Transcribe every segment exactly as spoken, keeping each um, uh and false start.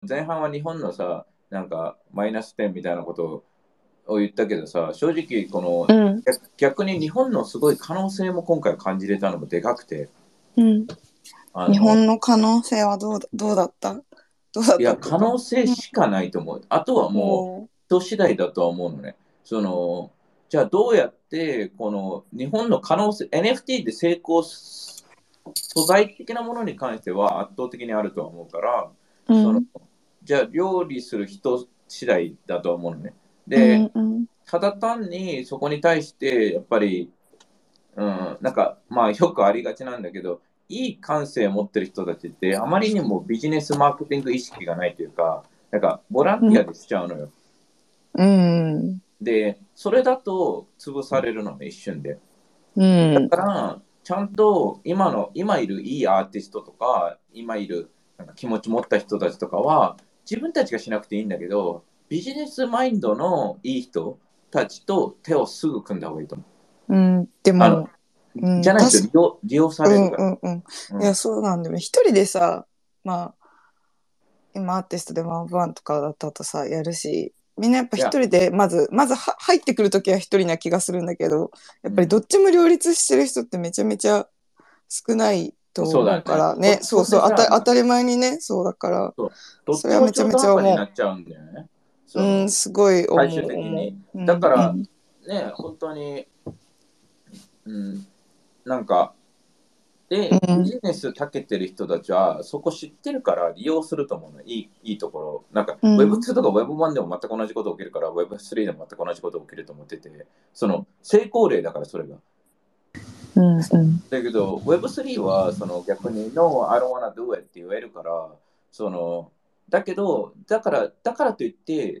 前半は日本のさ、なんかマイナス点みたいなことを言ったけどさ、正直このうん、 逆逆に日本のすごい可能性も今回感じれたのもでかくて、 うん。日あの、 本の可能性はどうだ、どうだったどうだっいや、 たっていうか。 可能性しかないと思う。あとはもおー、 う人次第だとは思うのね。その、じゃあどうやってこの日本の可能性、エヌエフティー で成功す素材的なものに関しては圧倒的にあるとは思うから、その、 うん、 じゃあ料理する人次第だとは思うのね。で、 うん、うん、 ただ単にそこに対してやっぱり、うん、なんかまあよくありがちなんだけど、いい感性を持ってる人たちってあまりにもビジネスマーケティング意識がないというか、なんかボランうん、 ティアでしちゃうのよ。 うん、 で、それだと潰されるのね、一瞬で。 うだん、 から、ちゃんと今の、今いるいいアーティストとか、今いるなんか気持ち持った人たちとかは、自分たちがしなくていいんだけど、ビジネスマインドのいい人たちと手をすぐ組んだ方がいいと思う。 うん。であの、 も、うん、 じゃないと確か、 利用、利用さうん、 れるから。 うん、うん。いや、 うん。 そうなんだよね。一人でさ、まあ、今アーティストでワンオブワンとかだったとさ、やるし、みんなやっぱいや、 一人で、まず、まずは入ってくるときは一人な気がするんだけど、やっぱりどうん。 っちも両立してる人ってめちゃめちゃ少ないと思うかそうだね。 らね、 そ、 そうそう、 それでさ、 あた当たり前にね、そうだから、 そう、どっそれちも中途はめちゃめちゃ思半端になっちゃうんだよね。 う。うん、 その、 すごい思最終う、思的に。 う。うん、 だから、 うん、 ね、本当に、うん、なんか、で、ビうん、 ジネス長けてる人たちは、そこ知ってるから利用すると思うの。いい、いいところ。なんか、 うん、 ウェブツー とか ウェブワン でも全く同じこと起きるから、ウェブスリー でも全く同じこと起きると思ってて、その、成功例だから、それが。 うん、うん、 だけど、ウェブスリー は、その逆に、No, I don't wanna do it って言えるから、その、だけど、だから、だからといって、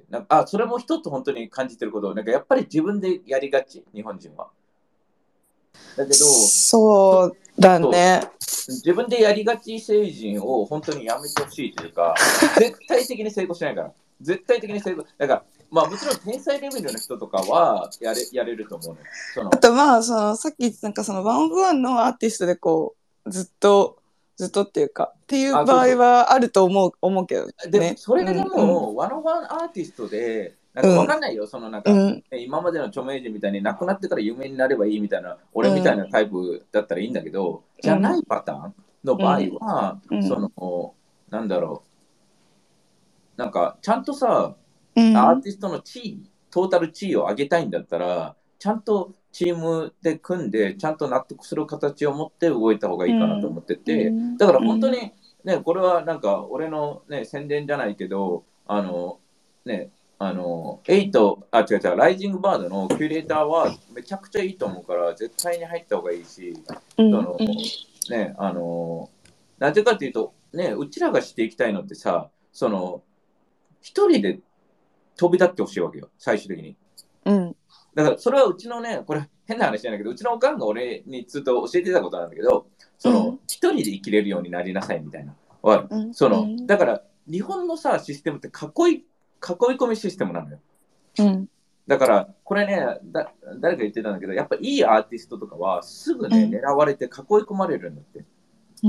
なんか、あ、それも一つ本当に感じてること、なんかやっぱり自分でやりがち、日本人は。だけど、そそうだそうね。 自分でやりがち成人を本当にやめてほしいというか、絶対的に成功しないから。絶対的に成功。だから、まあもちろん天才レベルの人とかはやれやれると思うね。その、 あとまあ、その、さっき言ってたなんかそのワンオブワンのアーティストでこう、ずっと、ずっとっていうか、っていうあ、 場合そうそはあると思う、思うけどう。で、 ね。 それでうん、うん、 も、ワンオンワンアーティストで、なんかわうん、 かんないよ。そのなんか、 うん、 今までの著名人みたいに亡くなってから有名になればいいみたいな、 うん、 俺みたいなタイプだったらいいんだけど、じゃなうん、 いパターンの場合うん、 は、そうん、 の、なんだろう。なんか、ちゃんとさ、アーうん、 ティストの地位、トータル地位を上げたいんだったら、ちゃんとチームで組んで、ちゃんと納得する形を持って動いた方がいいかなとうん、 思ってうて、 ん、 だからうん、 本当に、ね、これはなんか俺の、ね、宣伝じゃないけど、あの、ね、あの、エイト、あ、違う違う、ライジングバードのキュレーターはめちゃくちゃいいと思うから、絶対に入った方がいいし、 うん、 その、ね、あの、なぜかというと、ね、うちらがしていきたいのってさ、その、一人で飛び立ってほしいわけよ、最終的に。 うん、 だから、それはうちのね、これ変な話じゃないけど、うちのおかんが俺にずっと教えてたことなんだけど、その、 うん、 一人で生きれるようになりなさいみたいな。わかるうん、 その、 うん、 だから、日本のさ、システムって囲い、囲い込みシステムなのよ。 うん、 だから、これね、だ誰か言ってたんだけど、やっぱいいアーティストとかは、すぐね、 うん、 狙われて囲い込まれるんだって。 うん、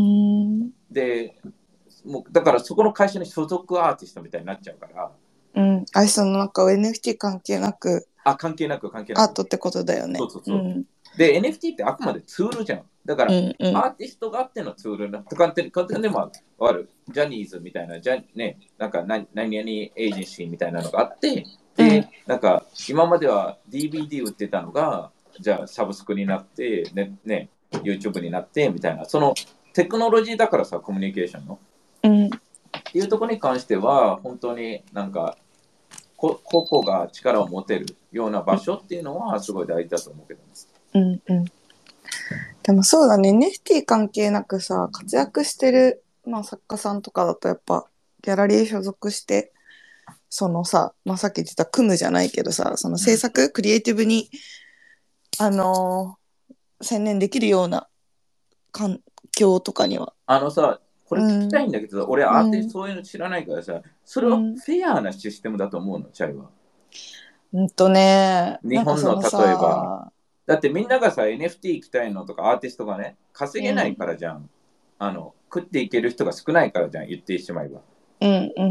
で、もう、だからそこの会社に所属アーティストみたいになっちゃうから、 うん。あ、そのなんか エヌエフティー 関係なくあ、関係なく関係なく。 アートってことだよね。 そうそうそう。 うん、 で、エヌエフティー ってあくまでツールじゃん。だから、 うん、うん、 アーティストがあってのツールな、とかって簡単でもある。ジャニーズみたいな、じゃね、なんか何何々エージェンシーみたいなのがあって、 うん、 で、なんか今までは ディービーディー 売ってたのが、じゃあサブスクになって、ね、ね、YouTube になってみたいな、そのテクノロジーだからさ、コミュニケーションの。 うん、 っていうところに関しては、本当になんか、こ個々が力を持てるような場所っていうのはすごい大事だと思うけどね。 うん、うん。でもそうだね、エヌエフティー 関係なくさ、活躍してる、まあ、作家さんとかだとやっぱ、ギャラリー所属して、そのさ、まあ、さっき言ってた組むじゃないけどさ、そのうん。 制作、クリエイティブに、あのー専念できるような環境とかには。 あのさ、これ聞きたうん、 いんだけど、俺、 うアーティストん、 そういうの知らないからさ、それはうん。 フェアなシステムだと思うの、チャイは。 うんとね、なんか日本のその例えば。 さ、 だってみんながさ、エヌエフティー 行きたいのとか、アーティストがね、稼げないうん、 からじゃん。あの、食っていける人が少ないからじゃん、言ってしまえば。 うん、うん、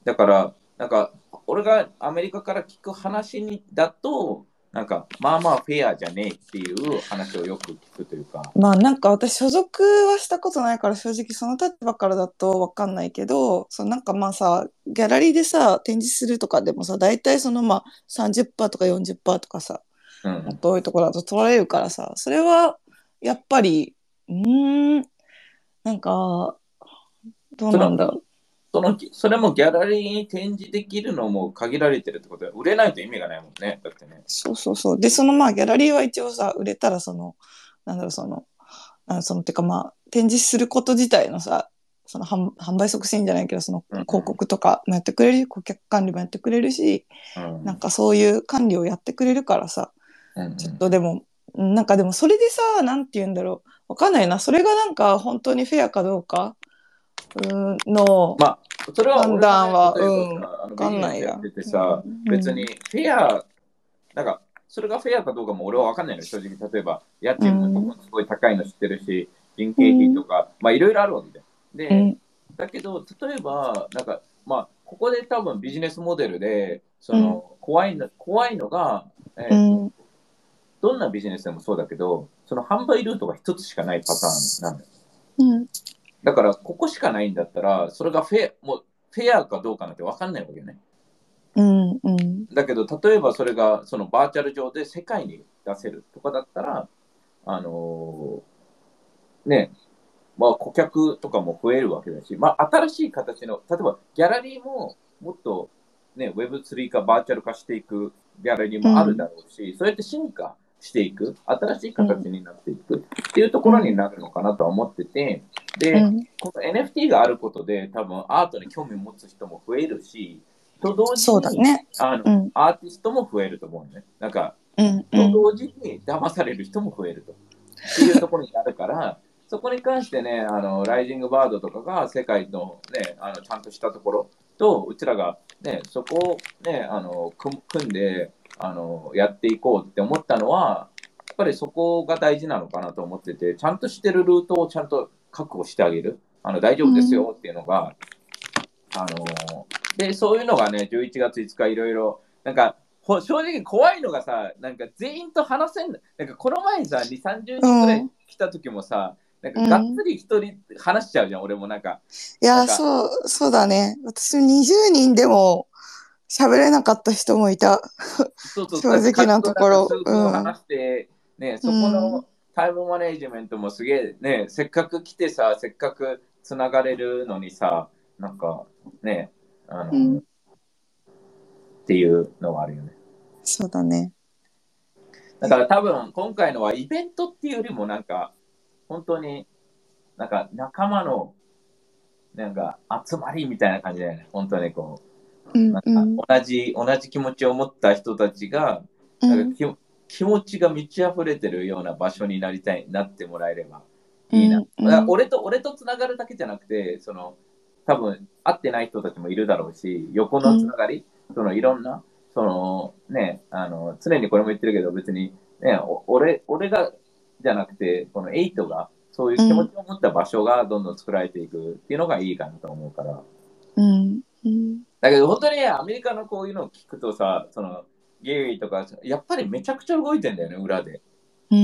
だから、なんか、俺がアメリカから聞く話にだと、なんか、まあまあフェアじゃねえっていう話をよく聞くというか。 まあなんか私所属はしたことないから正直その立場からだとわかんないけど、そうなんかまあさ、ギャラリーでさ、展示するとかでもさ、大体そのまあさんじゅっパーセントとかよんじゅっパーセントとかさ、 うん。 もっと多いところだと取られるからさ、それはやっぱり、うーん、なんか、どうその、 なんだろその、それもギャラリーに展示できるのも限られてるってことで、売れないと意味がないもんね。だってね。 そうそうそう。で、そのまあギャラリーは一応さ、売れたらその、なんだろう、その、あのその、てかまあ、展示すること自体のさ、その販販売促進じゃないけど、そのうん広告とかもやってくれるし、顧客管理もやってくれるし、 うん。うんなんかそういう管理をやってくれるからさ、 うんうちょっん。 とでも、なんかでもそれでさ、なんて言うんだろう、わかんないな。それがなんか本当にフェアかどうか、うんのまあ、それは判俺もね、 断は、 例えばうん、わさ、あのビかジんないや。 ネスやっててうさ、別ん、 にフェア、なんか、それがフェアかどうかも俺は分かんないのよ、正直。例えば、家う賃もん、 すごい高いの知ってるし、人件費うん、 とか、まあいろいろあるわけで。で、 うん、 だけど、例えば、なんか、まあ、ここで多分ビジネスモデルで、そうん、 の、怖いの、怖いのが、えっと、 うん、 どんなビジネスでもそうだけど、その販売ルートが一つしかないパターンなんだよ。 うん、 だから、ここしかないんだったら、それがフェア、もう、フェアかどうかなんて分かんないわけよね。 うん、うん、 だけど、例えばそれが、そのバーチャル上で世界に出せるとかだったら、あのーね、まあ、顧客とかも増えるわけだし、まあ、新しい形の、例えばギャラリーももっと、ね、ウェブスリー かバーチャル化していくギャラリーもあるだうん、 ろうし、そうやって進化していく、新しいうん、 形になっていくっていうところにうん、 なるのかなとは思ってて、で、 うん、 この エヌエフティー があることで、多分アートに興味を持つ人も増えるし、と同時に、 そうだね。 あの、 うん、 アーティストも増えると思うね。なんか、 うん、うん、 と同時に騙される人も増えると。っていうところになるから、そこに関してね、あのライジングバードとかが世界の,、ね、あのちゃんとしたところと、うちらが、ね、そこを、ね、あの組組んであのやっていこうって思ったのは、やっぱりそこが大事なのかなと思ってて、ちゃんとしてるルートをちゃんと確保してあげる、あの大丈夫ですうん、 よっていうのが、あので、そういうのがね、じゅういちがついつかいろいろ、なんか、ほ正直怖いのがさ、なんか全員と話せんの。なんかこの前さ、に、さんじゅうにんぐらいうん、 来た時もさ、なんかうん。 がっつり一人話しちゃうじゃん、俺もなんか。 いや、 なんか、 そう、そうだね。私にじゅうにんでも喋れなかった人もいた。 そうそう、 正直な軽くなんかところ。 数分うん。 話して、ね、 うそこん。 のタイムマネジメントもすげえ、ね、せっかく来てさ、せっかくつながれるのにさ、なんか、ね、あの、 うん。 っていうのはあるよね。 そうだね。 だから多分今回のはイベントっていうよりもなんか、本当になんか仲間のなんか集まりみたいな感じだよね。本当にこう、 うん、 なんかうん、 同じ、同じ気持ちを持った人たちが、 うん、 なんか気気持ちが満ち溢れてるような場所になりたい、なってもらえればいいな。 うん、うだからん、 俺と、俺とつながるだけじゃなくて、その、多分会ってない人たちもいるだろうし、横のつうん、 ながり、そのいろんな、そのね、あの、常にこれも言ってるけど、別に、ね、お俺、俺が、じゃなくて、このエイトが、そういう気持うん、 ちを持った場所がどんどん作られていくっていうのがいいかなと思うから。 うん、うん、 だけど本当にアメリカのこういうのを聞くとさ、そのゲイリーとか、やっぱりめちゃくちゃ動いてんだよね、裏で。 うん。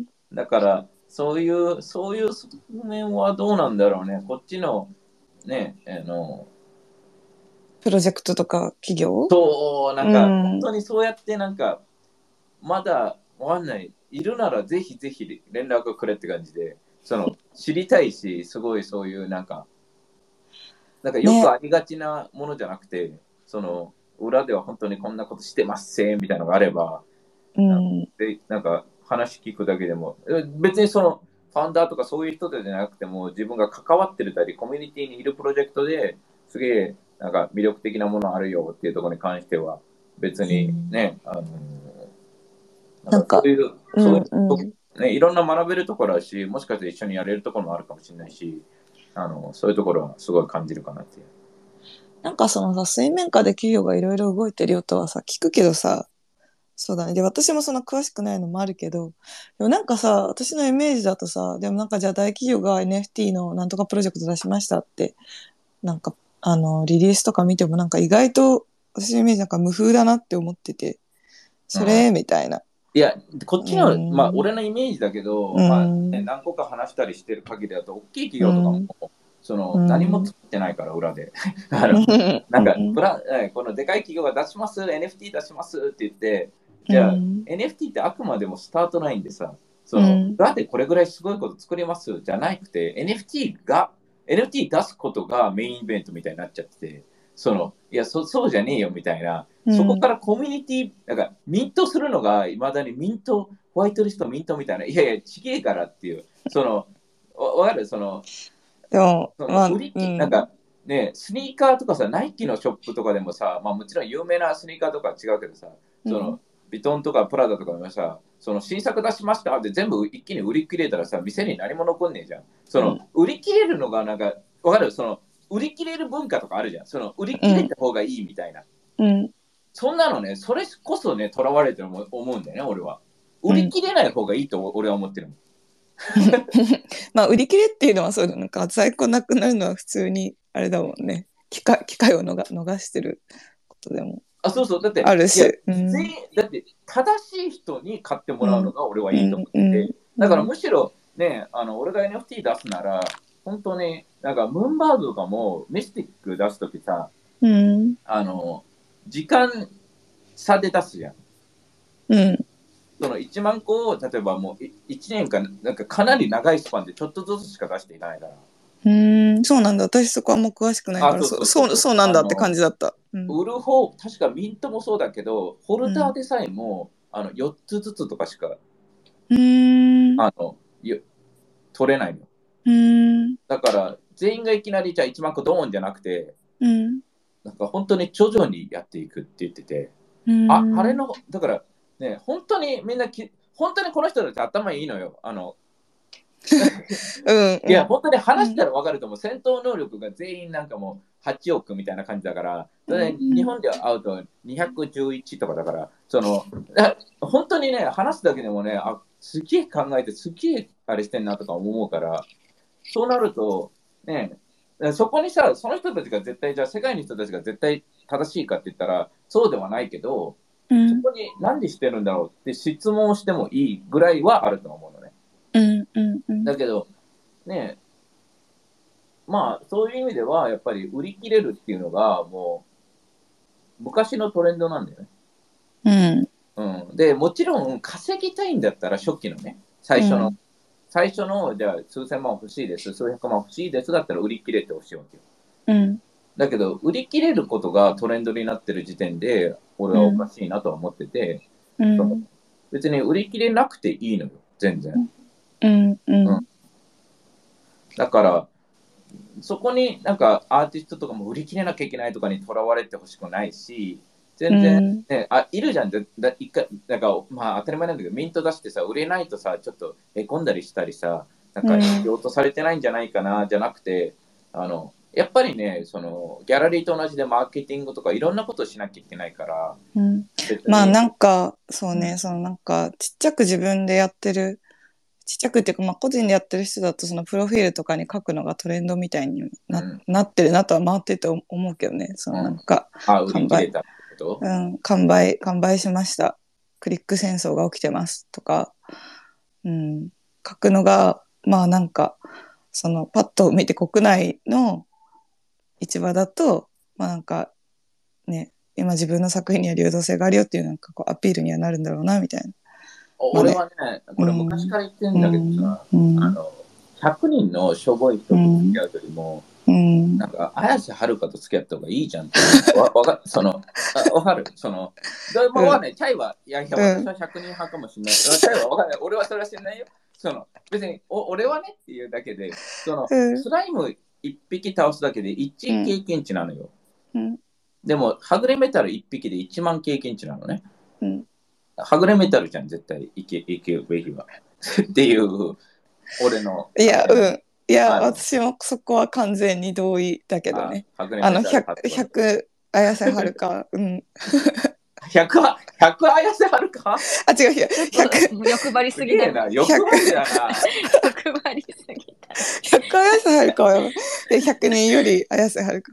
だから、そういう、そういう側面はどうなんだろうね。こっちの、ね、あの、 プロジェクトとか企業。 そう、なんうか、本ん、 当にそうやってなんか、まだわかんない。いるならぜひぜひ連絡くれって感じで、その、知りたいし、すごいそういうなんか、なんかよくね、 ありがちなものじゃなくて、その、裏では本当にこんなことしてますせみたいなのがあれば、なんかうん、 でなんか話聞くだけでも、え別にその、ファウンダーとかそういう人でじゃなくても、自分が関わってるたり、コミュニティにいるプロジェクトですげえ、なんか魅力的なものあるよっていうところに関しては、別うん。 にね、あのなんなんか、 かそういう、そういうん、うう、 ん。 ね、いろんな学べるところだし、もしかして一緒にやれるところもあるかもしれないし、あの、そういうところはすごい感じるかなっていう。 なんかそのさ、水面下で企業がいろいろ動いてるよとはさ、聞くけどさ、そうだね。で、私もそんな詳しくないのもあるけど、でもなんかさ、私のイメージだとさ、でもなんかじゃあ大企業が エヌエフティー のなんとかプロジェクト出しましたって、なんかあのリリースとか見てもなんか意外と私のイメージなんか無風だなって思ってて、それ、 うん、 みたいな。 いや、こっちの、 うん、 まあ、俺のイメージだけど、 うまあね、 ん、 何個か話したりしてる限りだと、大きい企う業とかも、 ん、 その、何もうん、 作ってないから、裏で。あうの、なんか、 ん、 ブラ、えこのでかい企業が出します、エヌエフティー 出しますって言って、 うじゃあ、 ん、 エヌエフティー ってあくまでもスタートラインでさ、その、 うん、 だってこれぐらいすごいこと作りますじゃなくて、エヌエフティー が、エヌエフティー 出すことがメインイベントみたいになっちゃってて、その、いや、そそうじゃねえよみたいな、そこからコミュニティ、なんか、ミントするのが、いまだにミント、ホワイトリストミントみたいな、いやいや、ちげえからっていう、その、わわかるその、 でも、 そのまあ、 売りき、なんうん、 か、ね、スニーカーとかさ、ナイキのショップとかでもさ、まあもちろん有名なスニーカーとかは違うけどさ、 うん、 その、ビトンとかプラダとかもさ、その新作出しましたって全部一気に売り切れたらさ、店に何も残んねえじゃん。その、 うん、 売り切れるのがなんか、わかるその、売り切れる文化とかあるじゃん。その、売り切れうん、 た方がいいみたいな。 うん、 そんなのね、それこそね、とらわれてると思うんだよね、俺は。売りうん。 切れない方がいいと俺は思ってるもん。 まあ、売り切れっていうのはそうだ、なんか在庫なくなるのは普通に、あれだもんね。機会、機会を逃逃してることでもあ、そうそう。だって、いや、 あるし。うん、 全員、だって、正しい人に買ってもうん、 らうのが俺はうん、 いいと思っうん、 てて、だからうん、 むしろ、ね、あの、俺が エヌエフティー 出すなら、本当に、なんか、ムーンバードとかも、ミスティック出すときさ、 うん、 あの、時間差で出すじゃん。 うん。 そのいちまん個を、例えばもういいちねんかん、なんかかなり長いスパンでちょっとずつしか出していかないから。 うーん、そうなんだ。私そこはもう詳しくないかあ、 ら、 そうそ、そう、 そうそうそう。 そうなんだってあの、 感じだった。うん。 売る方、確かミントもそうだけど、ホうん。 ルダーでさえも、あの、よっつずつとかしか、 うーん。 あの、よ取れないの。 うーん。 だから、全員がいきなりじゃあいちまん個ドーンじゃなくて、 うん。 なんか本当に徐々にやっていくって言ってて、 うあ、あーん。 れの、だからね、本当にみんなき、本当にこの人たち頭いいのよ。あの、 うん。 いや、 うん。 本当にうん。 話したら分かると思う。戦闘能力が全員なんかもうはちおくみたいな感じだから、 うん。 日本では会うとにひゃくじゅういちとかだから、その、本当にね、話すだけでもね、あ、すげえ考えて、すげえあれしてんなとか思うから、そうなると、ね、そこにさ、その人たちが絶対、じゃあ世界の人たちが絶対正しいかって言ったら、そうではないけど、 うん。 そこに何でしてるんだろうって質問をしてもいいぐらいはあると思うのね。 うん。うん。 だけど、ね、まあ、そういう意味では、やっぱり売り切れるっていうのが、もう、昔のトレンドなんだよね。 うん。 うん。で、もちろん、稼ぎたいんだったら、初期のね、最初の、 うん。 最初の、じゃあ、数千万欲しいです、数百万欲しいですだったら、売り切れてほしいわけよ。 うん。 だけど、売り切れることがトレンドになってる時点で、俺はおかしいなとは思ってて、そのうん。 別に売り切れなくていいのよ、全然。 うん。ううん。 ん。 だから、そこになんかアーティストとかも売り切れなきゃいけないとかにとらわれてほしくないし、 う全然、 ん。 ね、あ、いるじゃん。だだ一回なんか、まあ当たり前なんだけど、ミント出してさ、売れないとさ、ちょっとへこんだりしたりさ、なんか必要とされてないんじゃないかな、じゃなくて、あの、やっぱりね、そのギャラリーと同じでマーケティングとかいろんなことをしなきゃいけないから、 うん。 別に、 まあなんか、そうね、 うん、 そのなんか、ちっちゃく自分でやってる、ちっちゃくっていうか、まあ個人でやってる人だと、そのプロフィールとかに書くのがトレンドみたいにな、 うん、 なってるなとは回ってて思うけどね、そのなんうん。 か、 あ、売り完売、 切れたってことうん、完売、完売しました。クリック戦争が起きてますとか、うん、書くのが、まあなんか、そのパッと見て国内の市場だと、まあなんかね、今自分の作品には流動性があるよっていうなんかこうアピールにはなるんだろうなみたいな。まあ俺ね。 はね、こうれ昔ん。 から言ってるうんだけどん。 さ、 うん。 あの、ひゃくにんのしょぼい人と付きうん。 合うよりも、 うん。 なんか、綾瀬はるかと付き合った方がいいじゃんって思う。わ、わか、その、あ、わかるその、でまあ、 うん。 わかんない。チャイは、いやいや、 うん。 私はひゃくにん派かもしれない。チャイはわかんない。俺はそれは知らないよ。その、別に、お、俺はねっていうだけで、その、 うん。 スライム一匹倒すだけでいちうん。 経験値なのよ。 うん。 でも、はぐれメタル一匹でいちまん経験値なのね。 うん。 はぐれメタルじゃん、絶対、いけ、いけるべきは。っていう、俺のいや、 勝手な、 うん。いや、 あの、 私もそこは完全に同意だけどあ、 ね。 はぐれあの、 メタルひゃく、 発動だ。 ひゃく、綾瀬はるか、うん。 ひゃくは、ひゃく綾瀬はるかあ、違う、ひゃちょっく、 と欲張りすぎだよ。 すげえな、欲張りだな。 欲張りすぎた。 ひゃく綾瀬はるかはやばい。で、ひゃくにんより綾瀬はるか。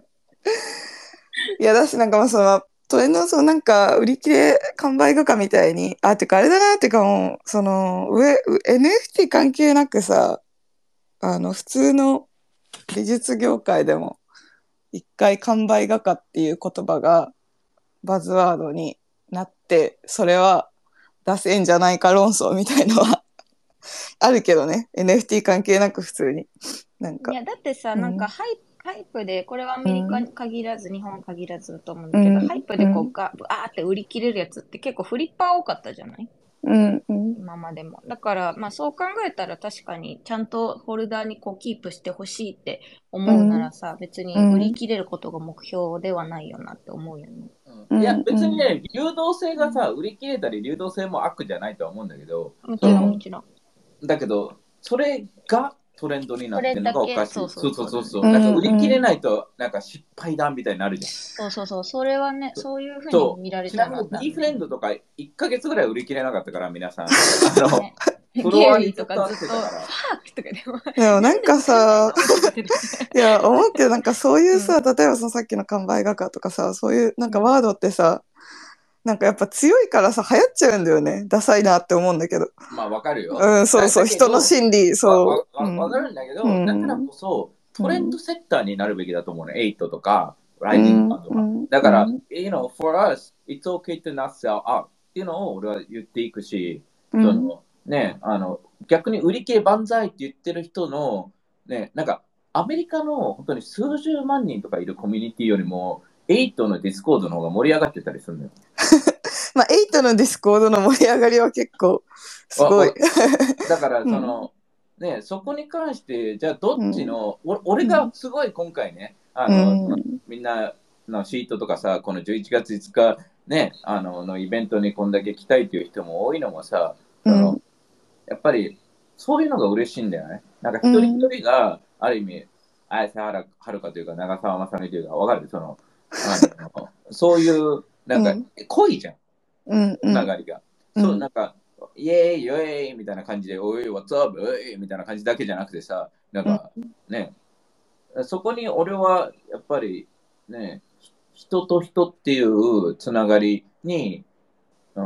いや、だし、なんかまあその、トレンドのそのなんか、売り切れ完売画家みたいに、あ、てかあれだな、てかもう、その、上、う エヌエフティー 関係なくさ、あの、普通の美術業界でも、一回完売画家っていう言葉がバズワードになって、それは出せんじゃないか論争みたいのはあるけどね。エヌエフティー 関係なく普通に。なんか。 いや、だってさ、 うんなんかハイ、ハイプで、これはアメリカに限らず、日本限らずだと思うんだけど、 うんハイプでこううガ、バーって売り切れるやつって結構フリッパー多かったじゃない、 うんうん今までも。だから、まあそう考えたら確かにちゃんとホルダーにこうキープしてほしいって思うならさ、別に売り切れることが目標ではないよなって思うよね。 うんいや、別にね、流動性がさ、売り切れたり流動性も悪じゃないとは思うんだけど、 もちろん、もちろん。 だけど、それがトレンドになってるのがおかしい。 それだけそうそうそううそそうそう。なんか売り切れないと、なんか失敗だみたいになるじゃん。 そうそうそう。それはね、そういうふうそうに見られちなみにたらダメ B フレンドとかいっかげつぐらい売り切れなかったから、皆さん。あの、 ねフロアにゲイリーとかずっと、ファずっと当てたからークとかでも。 でもなんかさ、いや、思うけどなんかそういうさ、 う例えばそのさっきの完売画家とかさ、そういうなんかワードってさ、なんかやっぱ強いからさ、流行っちゃうんだよね。ダサいなって思うんだけど。 まあ、わかるよ。 うん、そうそう、 だけど人の心理、 わそう。 わうんわかるんだけど、 うんだからこそ、トレンドセッターになるべきだと思うの。エイトとか、 う Rising ん Star とか。 うんだから、 うん you know, for us, it's okay to not sell out っていうのを俺は言っていくし、 うんそのね、あの逆に売り切れ万歳って言ってる人の、ね、なんかアメリカの本当に数十万人とかいるコミュニティよりも、エイトのディスコードの方が盛り上がってたりするのよ。 まあ、エイトのディスコードの盛り上がりは結構すごい。 だからその、うん、ね、そこに関してじゃあどっちの、うん、俺がすごい今回ね、あの、うん、みんなのシートとかさ、このじゅういちがついつかね、あののイベントにこんだけ来たいという人も多いのもさ、その、うん、やっぱりそういうのが嬉しいんだよね。なんか一人一人がある意味、綾瀬はるかというか長澤まさみというか、わかるそのあのそういうなんか濃いじゃん。つながりが。うん、そう、なんか、イエーイ、イエーイみたいな感じで、おい、What's up? おいみたいな感じだけじゃなくてさ、なんか、ね、そこに俺はやっぱり、ね、人と人っていうつながりに、うん、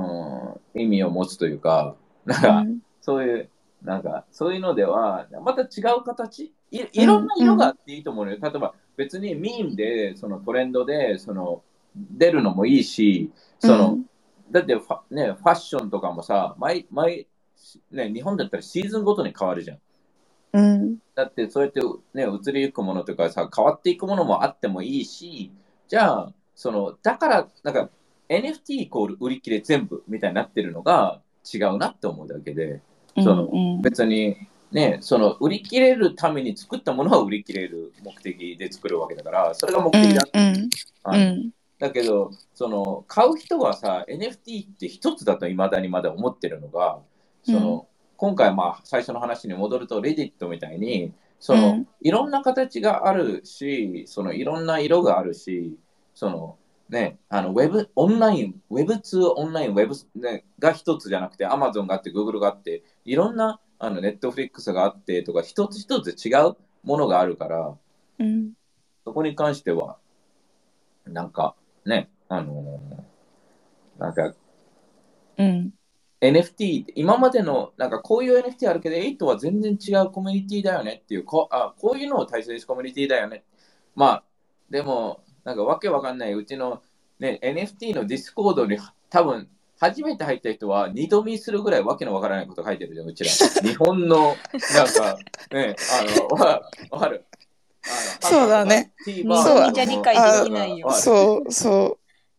意味を持つというか、なんか、そういう、なんか、そういうのでは、また違う形い、いろんな色があっていいと思うのよ。例えば、別にミームで、そのトレンドで、その、出るのもいいし、その、うんだってファ、ね、ファッションとかもさ、毎、毎、ね、日本だったらシーズンごとに変わるじゃん。 うん、 だってそうやって、ね、移りゆくものとかさ、変わっていくものもあってもいいし、じゃあ、その、だから、なんか、エヌエフティー イコール売り切れ全部みたいになってるのが違うなって思うだけで、その、うんうん、別に、ね、その、売り切れるために作ったものは売り切れる目的で作るわけだから、それが目的だって。 うんうんうんだけど、その買う人はさ、エヌエフティー って一つだと未だにまだ思ってるのが、その、うん、今回まあ最初の話に戻ると、レディットみたいに、その、うん、いろんな形があるし、そのいろんな色があるし、そのね、あのウェブ、オンライン、ウェブツー、オンライン、ウェブ、ね、が一つじゃなくて、Amazon があって、Google があって、いろんなあの Netflix があってとか、一つ一つ違うものがあるから、 うん、 そこに関しては、なんか、ね、あのー、なんか、 うん、 エヌエフティー、今までの、なんかこういう エヌエフティー あるけど、エイトは全然違うコミュニティだよねっていう、こあこういうのを大切にするコミュニティだよね。まあ、でも、なんかわけわかんないうちの、ね、エヌエフティー のディスコードに多分、初めて入った人は二度見するぐらいわけのわからないこと書いてるじゃん、うちら。日本の、なんか、ね、あの、わかる。 そうだね。 日本じゃ理解できないよ。 そうそう。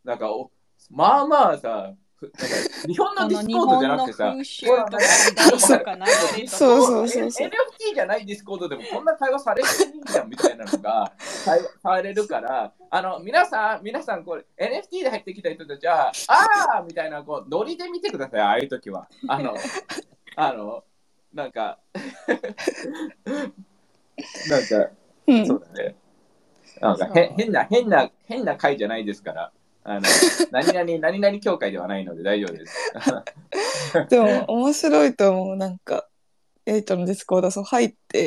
なんかお、まあまあさ、なんか日本のディスコードじゃなくてさ、 そうそうそう。 エヌエフティー じゃないディスコードでもこんな会話されていいんじゃんみたいなのがされるから、あの皆さん、皆さんこれ エヌエフティー で入ってきた人たちは、ああみたいなこうノリで見てください、ああいう時は。あの、あの、なんか、なんか、うん、そうだね。なんかへ変な、変な、変な会じゃないですから。あの何々、何々協会ではないので大丈夫です。 でも、面白いと思う。なんか、エイトのディスコード、そう入って、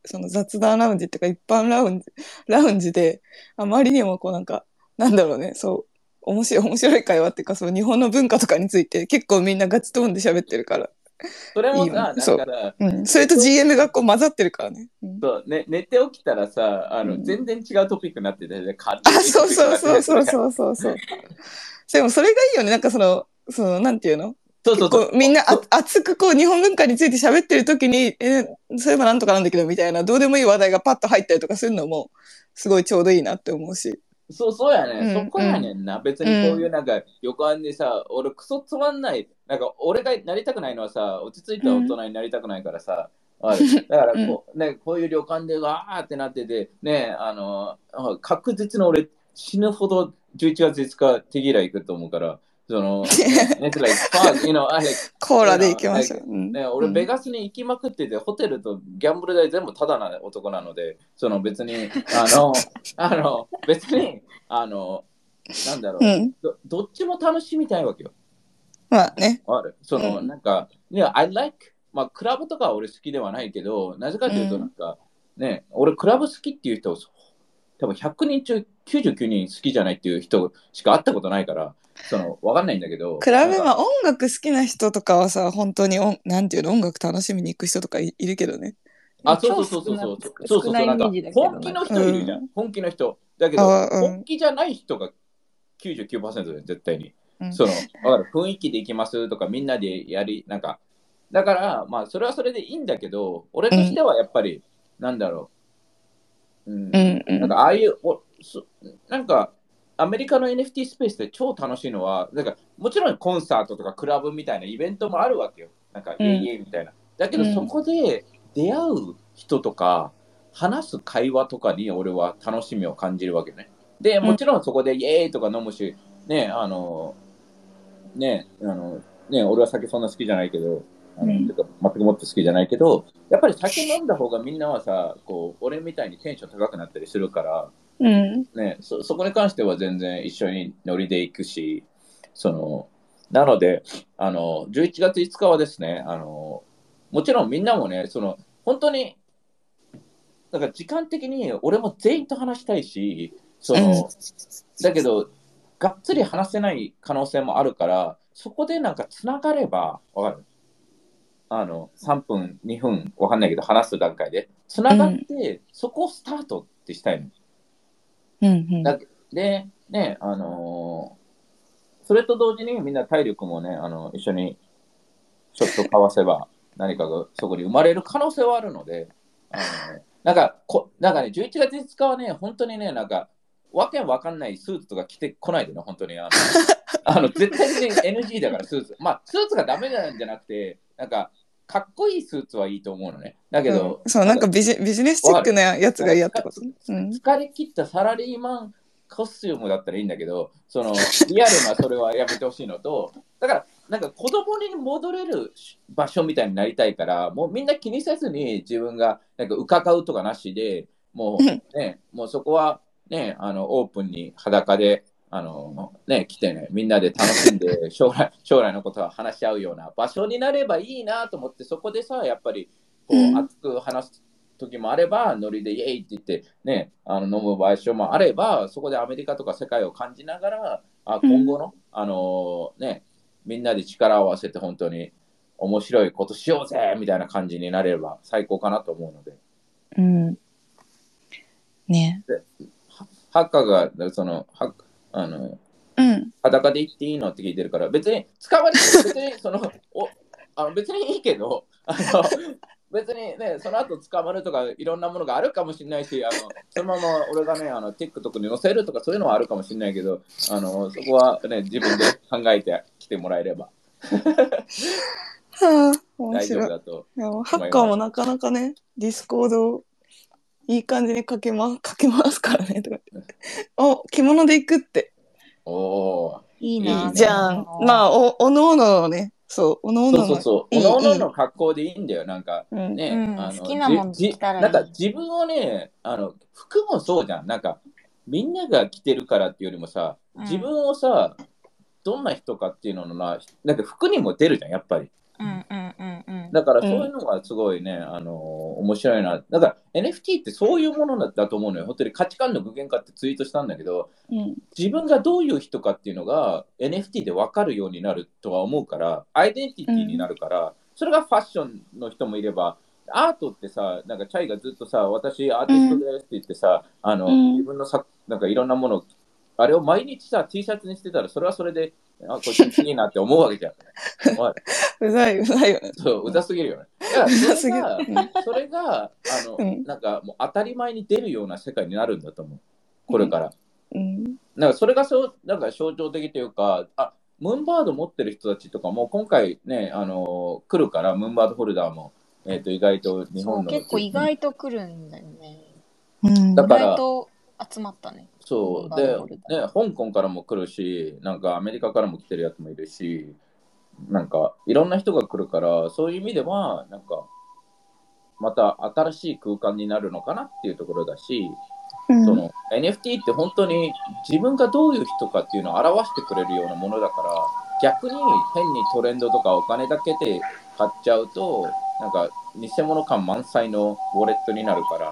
その雑談ラウンジっていうか一般ラウンジ、ラウンジで、あまりにもこうなんか、なんだろうね、そう、面白い、面白い会話っていうか、そう、日本の文化とかについて結構みんなガチトーンで喋ってるから、 それいいよね。 もさ、なんかそう。 さ、 うん。それと ジーエム がこう混ざってるからね。うん、 そうね、寝て起きたらさ、あの、 うん全然違うトピックになってて、軽あ、 いトそうピックになってそうそうて、 そうそうそうそう。でもそれがいいよね。なんかその、その、なんていうのそうそうそう結構みんなあそう熱くこう日本文化について喋ってる時に、え、そういえばなんとかなんだけどみたいな、どうでもいい話題がパッと入ったりとかするのも、すごいちょうどいいなって思うし。 そうそうやね、 うんそこやねんな。別うにこういうん。 なんか旅館でさ、俺クソつまんない、なんか俺がなりたくないのはさ、落ち着いた大うん。 人になりたくないからさ、あるだからうん。 こう、ね、こういう旅館でわーってなってて、ね、あの、あ確実に俺死ぬほどじゅういちがついつか手嫌い行くと思うから、その、ね、it's like, fuck, you know, I like, コー you ラで know, 行きましょ like, う。うん。 ね、俺、ベうん。 ガスに行きまくってて、ホテルとギャンブル代全部タダな男なので、その別に、あの、あの、別に、あの、なんだろううんど、どっちも楽しみたいわけよ。 まあね。 ある。その、 うんなんか、いや、I like、まあ、クラブとかは俺好きではないけど、なぜかというと、なんか、ね、俺、クラブ好きっていう人、多分ひゃくにん中きゅうじゅうきゅうにん好きじゃないっていう人しか会ったことないから、その、わかんないんだけど、 比べ、 なんか、 まあ音楽好きな人とかはさ、本当に音、なんていうの、音楽楽しみに行く人とかい、いるけどね。 あ、そうそ超うそうそう少な、 そう、そうそうそう、 少ないイなんか、 メージだけど、 本気のなんか。 人いるじゃん。 うん。 本気の人。だけど、 ああ、うん。 本気じゃない人がきゅうじゅうきゅうパーセントで絶対に。 うん。 その、わかる。雰囲気で行きますとか、みんなでやり、なんか、だから、まあ、それはそれでいいんだけど、俺うん。 としてはやっぱり、なんだろう、ううん。 ん、なんか、 うん。 ああいう、おそなんか、アメリカの エヌエフティー スペースで超楽しいのは、なんか、もちろんコンサートとかクラブみたいなイベントもあるわけよ。なんか、イエイイエイみたいな。だけど、そうん。 こで出会う人とか、話す会話とかに俺は楽しみを感じるわけね。で、 うん。 もちろんそこでイエーイとか飲むし、ね、あの、ね、あの、ね、俺は酒そんな好きじゃないけど、あの、 うん。 てか全くもって好きじゃないけど、やっぱり酒飲んだ方がみんなはさ、こう、俺みたいにテンション高くなったりするから、 うん。 ね、そ、そこに関しては全然一緒に乗りで行くし、その、なので、あの、じゅういちがついつかはですね、あの、もちろんみんなもね、その、本当に、だから時間的に俺も全員と話したいし、その、だけど、がっつり話せない可能性もあるから、そこでなんかつながれば、わかるあの、さんぷん、にふん、わかんないけど、話す段階で、つながっうん。 て、そこをスタートってしたいの。 うん。 だで、ね、あのーそれと同時にみんな体力もね、あの、一緒にショット交わせば、何かがそこに生まれる可能性はあるので、あのなんかこ、なんかね、じゅういちがついつかはね、本当にね、なんか、わけわかんないスーツとか着てこないでね、本当に。あの、あの絶対に エヌジー だから、スーツ。まあ、スーツがダメなんじゃなくて、なんか、かっこいいスーツはいいと思うのね。だけうん。 ど、 そう、 なんか、 なんかビジ、ビジネスチックわかるなやつがなんかつか嫌ってこと。うん。 疲れ切ったサラリーマンコスチュームだったらいいんだけど、そのリアルなそれはやめてほしいのと、だからなんか子供に戻れる場所みたいになりたいから、もうみんな気にせずに自分がなんか伺うとかなしで、もうね、もうそこはね、あのオープンに裸で、あのね、来てね、みんなで楽しんで将来将来のことは話し合うような場所になればいいなと思って、そこでさ、やっぱりこう熱く話す時もあれば、ノリでイエイって言って、ね、あの飲む場所もあれば、そこでアメリカとか世界を感じながら、あうん。 今後の、あのね、みんなで力を合わせて本当に面白いことしようぜみたいな感じになれれば最高かなと思うので。 うん。ね。 でハッカーが、その、ハあの、 うん。 裸で行っていいのって聞いてるから、別に捕まり、別にその、おあの別にいいけど、あの別にね、その後捕まるとかいろんなものがあるかもしれないし、あのそのまま俺がね、あの TikTok に載せるとかそういうのはあるかもしれないけど、あのそこはね、自分で考えてきてもらえればはあ、面大丈白い。 夫だといやもうハッ思います。 カーもなかなかね、ディスコードをいい感じにかけま、かけますからね。とかお、着物で行くって。 おー、 いいいな、 いじ着ゃん。ま物。 あ、お、おのおののね、そう、おのおのの、 そうそうそう、おいい、 のおのいい。 の格好でいいんだよ。なんかうん。 うね、 ん、 あの好きなもん着じじなんかたらいい。 自分をね、あの服もそうじゃん。なんかみんなが着てるからっていうよりもさ、自うん、 分をさ、どんな人かっていうののな、なんか服にも出るじゃん、やっぱり。 うん、うん、うん、うん。 だからうん。 そういうのがすごいね、あの面白いな。だから エヌエフティー ってそういうものだと思うのよ。本当に価値観の具現化ってツイートしたんだけど、 うん。 自分がどういう人かっていうのが エヌエフティー で分かるようになるとは思うから、アイデンティティになるから、それがファッションの人もいれば、アートってさ、なんかチャイがずっとさ、私アーティストですって言ってさ、あの、 うん自分のさ、なんかいろんなもの、あれを毎日さ、T シャツにしてたら、それはそれで、あ、これいいなって思うわけじゃん。おいうざい、うざいよね。 そう、うざすぎるよね。だからうざすぎる。 それが、 うんそれが、あの、 うんなんかもう当たり前に出るような世界になるんだと思う。これから。 うん。 なんかそれがそう、なんか象徴的というか、あ、ムーンバード持ってる人たちとかも今回ね、あの来るから、ムーンバードホルダーも、えー、と意外と日そう、 本の。 結構意外と来るんだよね。 うん。 意だから外と集まったね。 そう、 ムーンバーで、 ドホルダーね、香港からも来るし、なんかアメリカからも来てるやつもいるし、なんかいろんな人が来るから、そういう意味では、なんか、また新しい空間になるのかなっていうところだし、 うんその エヌエフティー って本当に自分がどういう人かっていうのを表してくれるようなものだから、逆に変にトレンドとかお金だけで買っちゃうと、なんか偽物感満載のウォレットになるから、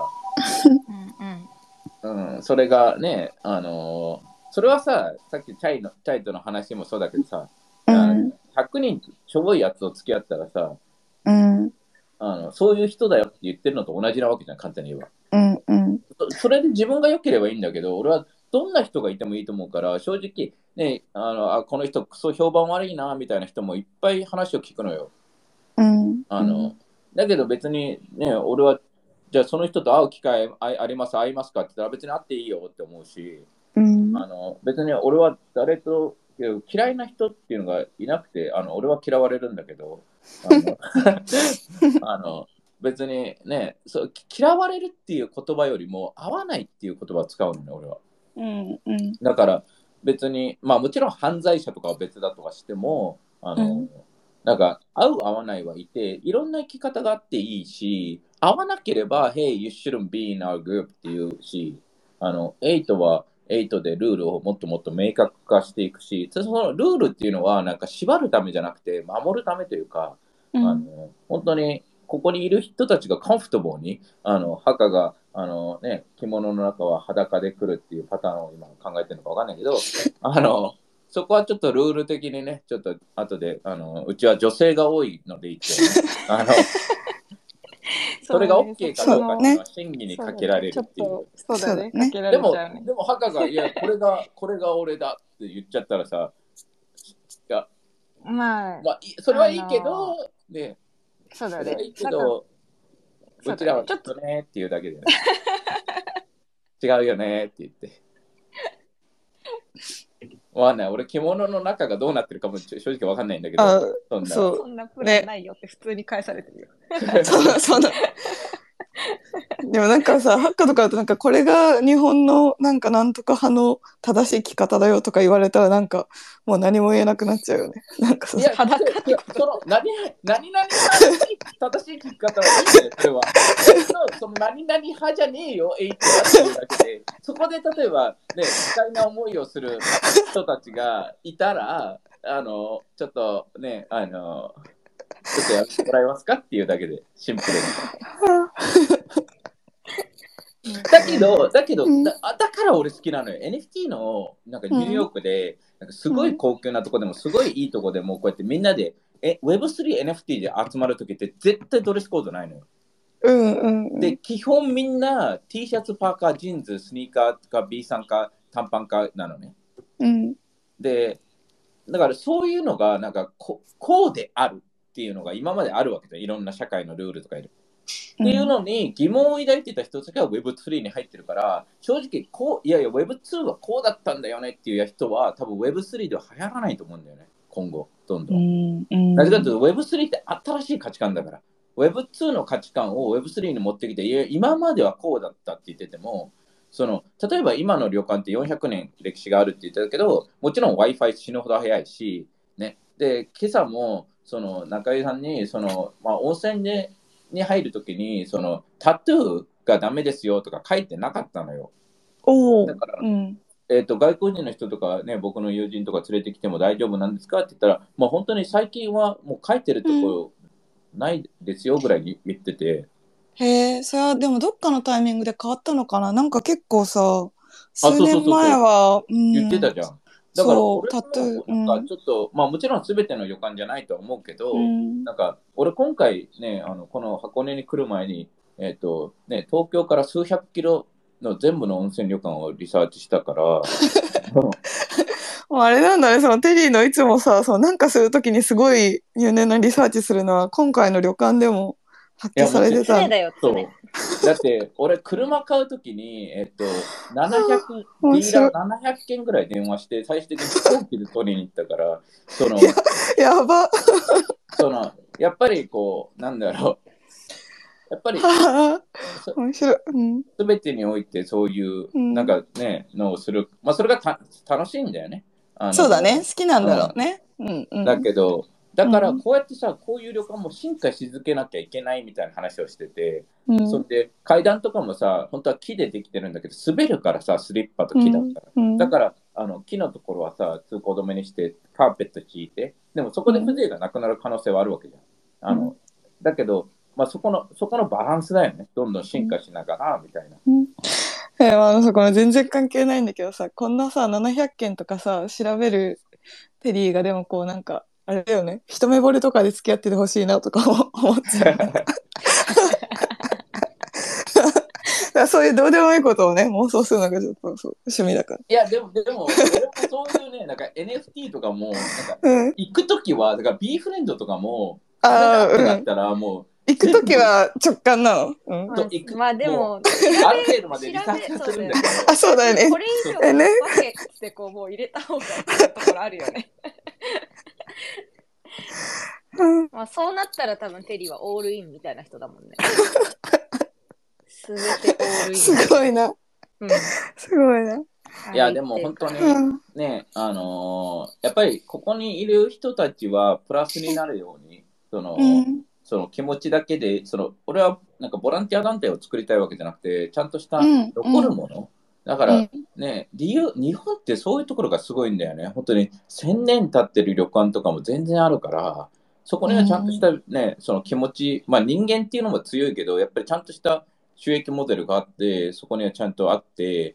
うんうん。 うん、それがね、あのーそれはさ、さっきチャイのチャイとの話もそうだけどさ、 うあのん。 ひゃくにんしょぼいやつと付き合ったらさ、 うん。 あのそういう人だよって言ってるのと同じなわけじゃん、簡単に言えば。 うん。うん。 そそれで自分が良ければいいんだけど、俺はどんな人がいてもいいと思うから、正直、ね、あのあこの人、クソ評判悪いなみたいな人もいっぱい話を聞くのよ。 うん。 あのだけど別に、ね、俺は、じゃあその人と会う機会ああります、会いますかって言ったら別に会っていいよって思うし、 うん。 あの別に俺は誰と、嫌いな人っていうのがいなくて、あの俺は嫌われるんだけど、あのあの別にねそう、嫌われるっていう言葉よりも合わないっていう言葉を使うのね、俺は。 うん。うん。 だから別に、まあもちろん犯罪者とかは別だとかしても、あの、 うんなんか合う合わないはいて、いろんな生き方があっていいし、合わなければ、Hey, you shouldn't be in our group っていうし、あの、エイトはエイトでルールをもっともっと明確化していくし、そのルールっていうのはなんか縛るためじゃなくて守るためというか、 うんあの本当にここにいる人たちがコンフォトボーに、あの墓があの、ね、着物の中は裸で来るっていうパターンを今考えてるのか分かんないけど、あのそこはちょっとルール的にね、ちょっと後で、あのうちは女性が多いので一応ね、あのそれが OK かどうかっていうのは審議にかけられるっていう。 そうだね。 そうだねかけらでもれちゃうね。 でも墓がいやこれがこれが俺だって言っちゃったらさ、いやまあ、 まあいそれはいいけあど、 のね、 そうだねそれはいい。けなんかど、 そううちらはちょっだねちょっととねっていうだけで、ね、違うよねって言って。わかんない。俺、着物の中がどうなってるかも正直わかんないんだけど、 あ、 そんな。 そうそんなプランないよって普通に返されてるよ。 そうそうな。でもなんかさ、ハッカとかだとなんかこれが日本のなんかなんとか派の正しい着方だよとか言われたらなんかもう何も言えなくなっちゃうよね。なんかさいや、 裸っていやその何何々派の正しい聞き方はいいんだよ、それは。だけど、その何々派じゃねえよ、エイトだっていうだけで、そこで例えば、ね、不快な思いをする人たちがいたら、あの、ちょっとね、あの、ちょっとやってもらえますかっていうだけで、シンプルに。だけど、だけど、 うんだだから俺好きなのよ。エヌエフティー のなんかニューヨークで、なんかすごい高級なとこでも、すごいいいとこでも、こうやってみんなでえ ウェブスリーエヌエフティー で集まるときって絶対ドレスコードないのよ。 うんうんうん。 で、基本みんな T シャツ、パーカー、ジーンズ、スニーカーか B さんか短パンかなのね。 うんで、だからそういうのがなんかここうであるっていうのが今まであるわけで、いろんな社会のルールとかいる。っていうのに疑問を抱いてた人たちが ウェブスリー に入ってるから、正直こう、いやいや ウェブツー はこうだったんだよねっていう人は多分 ウェブスリー では流行らないと思うんだよね、今後、どんどん。 うんうん。 なぜかというと ウェブスリー って新しい価値観だから。ウェブツー の価値観を ウェブスリー に持ってきて、いや今まではこうだったって言ってても、その例えば今の旅館ってよんひゃくねん歴史があるって言ってたけど、もちろん Wi-Fi 死ぬほど早いし、ね、で今朝もその中井さんにその、まあ、温泉でに入るときにそのタトゥーがダメですよとか書いてなかったのよ。 おお。 だからうんえー、と外国人の人とか、ね、僕の友人とか連れてきても大丈夫なんですかって言ったら、まあ、本当に最近はもう書いてるところないですよぐらいに言ってて、 へえ、それはでもどっかのタイミングで変わったのかな。なんか結構さ、 あ、 数そうそう年前そうそう。 は、う言ってたん、 じゃん。だからそう、 俺タトゥー、 もなんかうん、 ちょっと、まあもちろん全ての旅館じゃないとは思うけうど、 ん。 なんか俺今回ね、あのこの箱根に来る前に、えっとね、東京から数百キロの全部の温泉旅館をリサーチしたから、 もうあれなんだね、そのテリーのいつもさ、そのなんかするときにすごい入念なリサーチするのは、今回の旅館でも発いや、 揮さもちろん、 れてたんだ。 常だよ、常。 そう。だって俺車買うときに、えっと、ななひゃく、ディーラー面白い。 ななひゃくけんぐらい電話して、最終的に飛行機で取りに行ったから、その、 やば。 その、やっぱりこう、なんだろう、やっぱり、 はあ、 そ面白い。うん。 すべてにおいてそういう、 うん。 なんかね、のをする。まあ、それがた楽しいんだよね。あそうだね。好の、 きなんうん。 だろうね。うんうだん。 けど、だからうん。 こうやってさ、こういう旅館も進化し続けなきゃいけないみたいな話をしてて、 うんそれで階段とかもさ、本当は木でできてるんだけど、滑るからさ、スリッパとうん木だったら。 うん。 だから、あの木のところはさ、通行止めにして、カーペット敷いて、でもそこで風情がなくなる可能性はあるわけじゃん。あのだけど、まあ、そこの、そこのバランスだよね。どんどん進化しながら、みたいな。 うん。えー、あのさ、これ全然関係ないんだけどさ、こんなさ、ななひゃっけんとかさ、調べるテリーがでもこうなんか、あれだよね、一目惚れとかで付き合っててほしいなとか思思っちゃう。なんかそういうどうでもいいことをね、妄想するのがちょっとそう趣味だから。 いや、でも、でも、俺もそういうね、なんか エヌエフティー とかも、なんか、 うん。 行くときは、だから B フレンドとかも、これああ、 だってなうん。 ったら、もう、 行くとき全部、 は直感なの。うん。 まあ、 と行く、 まあでもも、調う、ある程度まべ、調でリサーチべ、 はするんそうだよね。 だけど、 あ、そうだよね。 これ以上えね。 分けてこうもう入れた方がっていうところあるよね。 うん。 まあそうなったら多分テリーはオールインみたいな人だもんね。すべてオールイン。 すごいな。 うん。 すごいな。 いや、でも本当にね、あのーやっぱりここにいる人たちはプラスになるように、その、 うん。 その気持ちだけで、その、俺はなんかボランティア団体を作りたいわけじゃなくて、ちゃんとしたうん。 残るもの。だからうん。 ね、理由、日本ってそういうところがすごいんだよね。本当にせんねん経ってる旅館とかも全然あるから、そこにはちゃんとしたね、その気持ち、まあ人間っていうのも強いけど、やっぱりちゃんとした収益モデルがあって、そこにはちゃんとあって、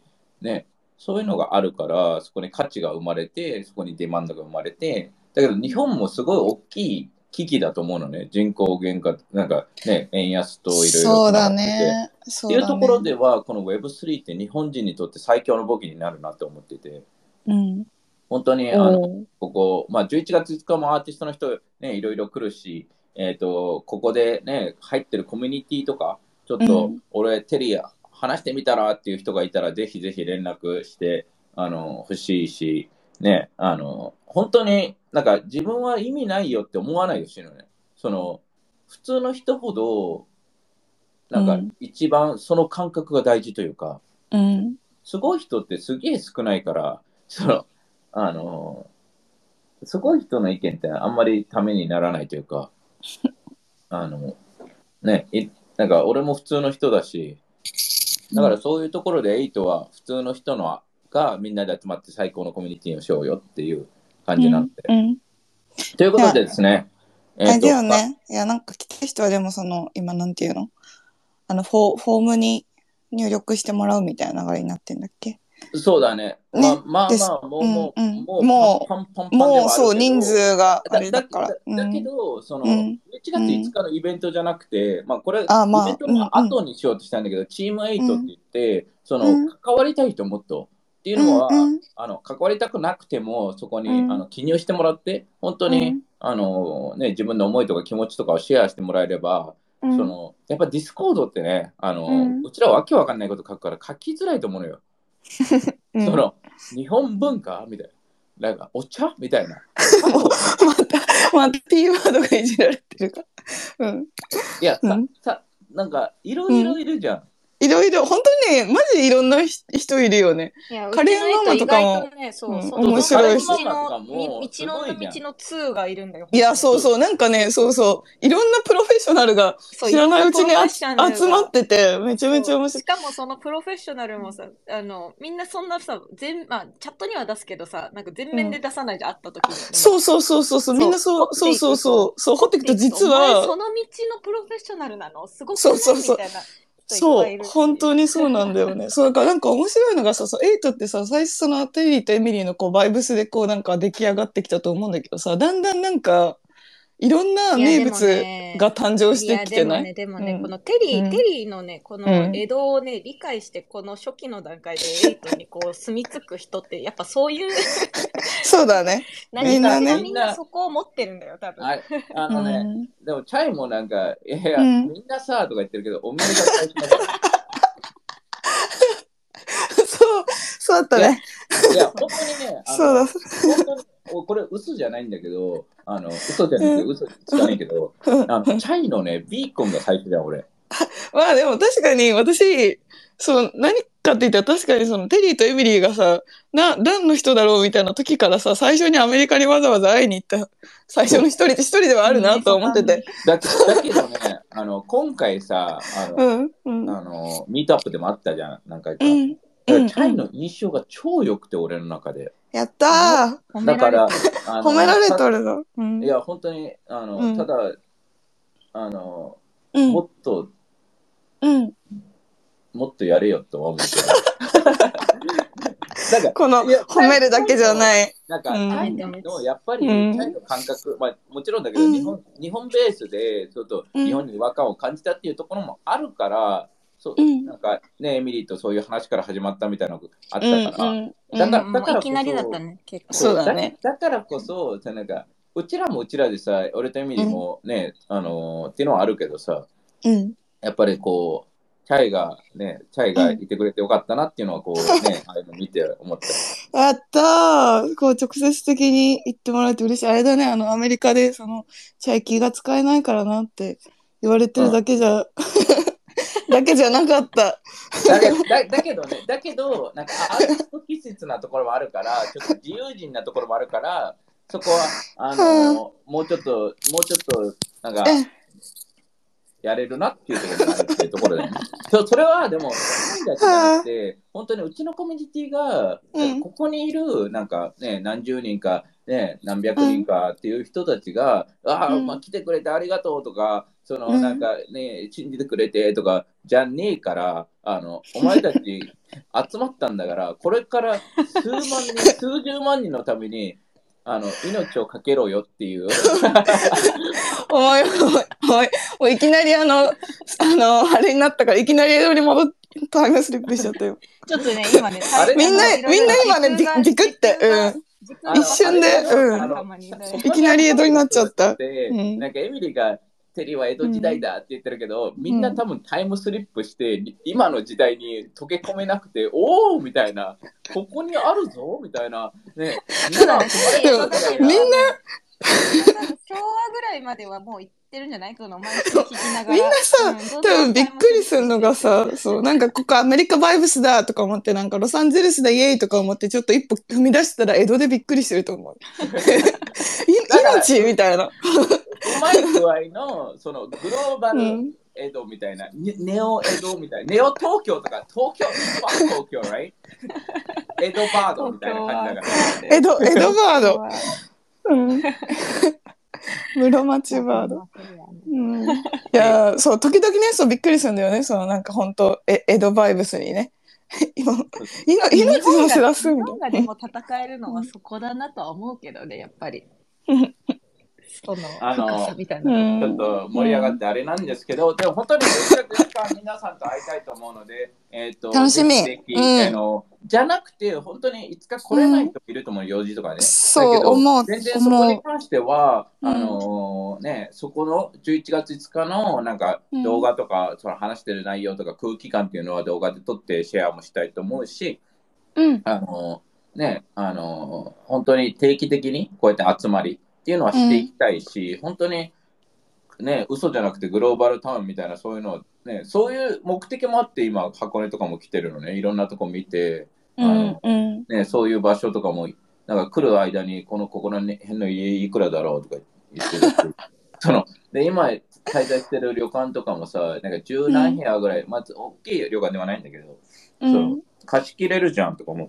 ね、そういうのがあるから、そこに価値が生まれて、そこにデマンドが生まれて、だけど日本もすごい大きい危機だと思うのね。人口減価、なんかね、円安といろいろそうだ繋がってて。 ね。 ってそうだいうところね。 では、この ウェブスリー って日本人にとって最強の武器になるなって思ってて、 うん。 本当にあのおー。 ここ、まあ、じゅういちがついつかもアーティストの人、ね、いろいろ来るし、えーと、ここで、ね、入ってるコミュニティとか、ちょっとうん。 俺、テリー話してみたらっていう人がいたら、ぜひぜひ連絡してあの欲しいし、ね、あの本当になんか自分は意味ないよって思わないよしのね。その普通の人ほどなんかうん。 一番その感覚が大事というか、 うん。 すごい人ってすげえ少ないから、そのあのすごい人の意見ってあんまりためにならないというか、あの、ね、いなんか俺も普通の人だし、だからそういうところでエイトは普通の人のがみんなで集まって最高のコミュニティをしようよっていう感うん。 じなので。 うん。 ということいや、 でですね、 あれだえっと、まよね。いや、なんか来た人はでもその、今なんていうの、あの、フォー、フォームに入力してもらうみたいな流れになってんだっけそうだね。まあね。です。 まあまあ、もううんもう、 うん。 もうパンもパンパンう、 パンでもうそう、 はあるけど、 人数があだだれだから。 だだけうん。 ど、そのうん。 11 う月5 ん。 日のイベントじゃなくて、まあ、これ、 あ、まあ、 イベントうんうん。 の後にしようとしたんだけど、チームエイトってうん。 言って、そのうん。 関わりたい人もっとっていううんうのは、 ん。 あの関わりたくなくても、そこにあうん。 の記入してもらって、本当にうんあの、ね、自分の思いとか気持ちとかをシェアしてもらえれば、そうんのやっぱディスコードってね、あのうんうちらはわけわかんないこと書くから書きづらいと思うのよ。 うん。 その日本文化みたいな。なんかお茶みたいな。 もう、また、また P ワードがいじられてるから。うん。 いや、さ、 うん。 さ、なんかいろうん。 いろいるじゃん。 いろいろ、本当にね、マジいろんな人いるよね。 いや、 カレーママとかも、 ね、そう、 うん、 そう面白いし。 道の、道の、道のツーがいるんだよ。 いや、そうそう、なんかね、そうそう、いろんなプロフェッショナルが知らないうちに集まってて、めちゃめちゃ面白い。 しかもそのプロフェッショナルもさ、あの、みんなそんなさ、全、まあ、チャットには出すけどさ、なんか全面で出さないで会った時に、ね、 そうそうそうそうそう、みんなそう、そうそうそう、そう、掘っていくと実は、 その道のプロフェッショナルなのすごくない？そうそうそう。みたいな。 そう、本当にそうなんだよね。そう、だからなんか面白いのがさ、そう、エイトってさ、最初そのテリーとエミリーのこうバイブスでこうなんか出来上がってきたと思うんだけどさ、だんだんなんか、いろんな名物が誕生してきてない？ いやでもね、でもね、うん、このテリー、うん、テリーのね、この江戸をね、うん、理解して、この初期の段階でエイトにこう住み着く人って、やっぱそういうそうだね。 みんなね、みんなそこを持ってるんだよ、多分。 あ, あのね、うん、でもチャイもなんか、いや、うん、みんなさとか言ってるけど、お水が最初だから。 そう、そうだったね。 いや、本当にね、あのそうだ本当にこれ嘘じゃないんだけど、あの嘘じゃなくて嘘つかないけど、あのチャイのね、ビーコンが最初じゃん、俺。 まあでも確かに私、そう、何かって言ったら確かにそのテリーとエミリーがさ、な、何の人だろうみたいな時からさ、最初にアメリカにわざわざ会いに行った最初の一人って一人ではあるなと思ってて。 だ, だけどね、あの、今回さ、あの、うんうん、あのミートアップでもあったじゃん、何回か。うんチャイの印象が超良くて、俺の中で。 やったーだから、 褒められとるぞ。 うん、いや、本当に、あの、うん、ただ、あの、うん、もっと、うん、もっとやれよって思うんですよ。 なんかこの褒めるだけじゃない。 なんか、チャイの、やっぱり、チャイの感覚、まあ、もちろんだけど、日本、日本ベースで、ちょっと日本に違和感を感じたっていうところもあるから、そう、うん、なんかね、エミリーとそういう話から始まったみたいなのがあったから、うんうん、 だから、だからこそ、いきなりだったね、結構。 そうだね。 だ, だからこそ、なんか、うちらもうちらでさ、俺とエミリーもね、うん、あのー、っていうのはあるけどさ、うん、やっぱりこう、チャイがね、チャイがいてくれてよかったなっていうのはこうね、ああいうの見て思った。 やったー、こう直接的に言ってもらえて嬉しい。あれだね、あのアメリカでそのチャイ気が使えないからなって言われてるだけじゃ、うんだけじゃなかった。 だけど、だ, だけどね、だけど、なんかアーティスト気質なところもあるから、ちょっと自由人なところもあるから、そこは、あの、もうちょっと、もうちょっと、なんか、やれるなっていうところがあるっていうところだよね。そ, それは、でも、そうだけじゃなくて、本当にうちのコミュニティが、うん、ここにいる、なんかね、何十人か、ね、何百人かっていう人たちが、うん、ああ、まあ、来てくれてありがとうとか、その、なんかね、信じてくれてとか、じゃねえから、あの、お前たち集まったんだから、これから数万人、数十万人のために、あの、命をかけろよっていう。 おいおいおい、もういきなりあの、あの、あれになったから、いきなり江戸に戻って、タイムスリップしちゃったよ。 ちょっとね、今ね、 みんな、みんな今ね、じくって、うん。一瞬で、うん。いきなり江戸になっちゃった。 うん、なんかエミリーが、テリーは江戸時代だって言ってるけど、うん、みんな多分タイムスリップして、うん、今の時代に溶け込めなくて、おーみたいな、ここにあるぞみたいな、ね、みんな、 みんな、 昭和ぐらいまではもう行ってるんじゃないこの毎日聞きながら。 みんなさ、うん、多分びっくりするのがさ、そう、なんかここアメリカバイブスだとか思って、なんかロサンゼルスだイエーイとか思って、ちょっと一歩踏み出したら江戸でびっくりしてると思う。命みたいな。 うまい具合の、そのグローバル江戸みたいな、うん、ネオ江戸みたいな、ネオ東京とか、東京、東京、right? 江戸バードみたいな感じだから。 江戸、江戸バード。うん。室町バード。うん、いや、そう、時々ね、そう、びっくりするんだよね。その、なんか本当え、江戸バイブスにね。今、命の知らすみたいな。日本がでも戦えるのはそこだなとは思うけどね、やっぱり。その深さみたいな、 ちょっと盛り上がってあれなんですけど、うん、でも本当に皆さんと会いたいと思うので、えー、と楽しみ、 ぜひ、うん、あのじゃなくて本当にいつか来れない人もいると思う、うん、用事とかね。 そう思う。 全然そこに関してはあのー、ね、そこのじゅういちがついつかのなんか動画とか、うん、その話してる内容とか空気感っていうのは動画で撮ってシェアもしたいと思うし、うん、あのー、ね、あのー、本当に定期的にこうやって集まりっていうのはしていきたいし、うん、本当にね、嘘じゃなくてグローバルタウンみたいなそういうのをね、そういう目的もあって今箱根とかも来てるのね。いろんなとこ見て、あうんの、 うんね、そういう場所とかもなんか来る間にこのここら辺の家いくらだろうとか言ってたしそので今滞在してる旅館とかもさ、なんか十何部屋ぐらい、まず大きい旅館ではないんだけど、 うんその貸し切れるじゃんとか思って。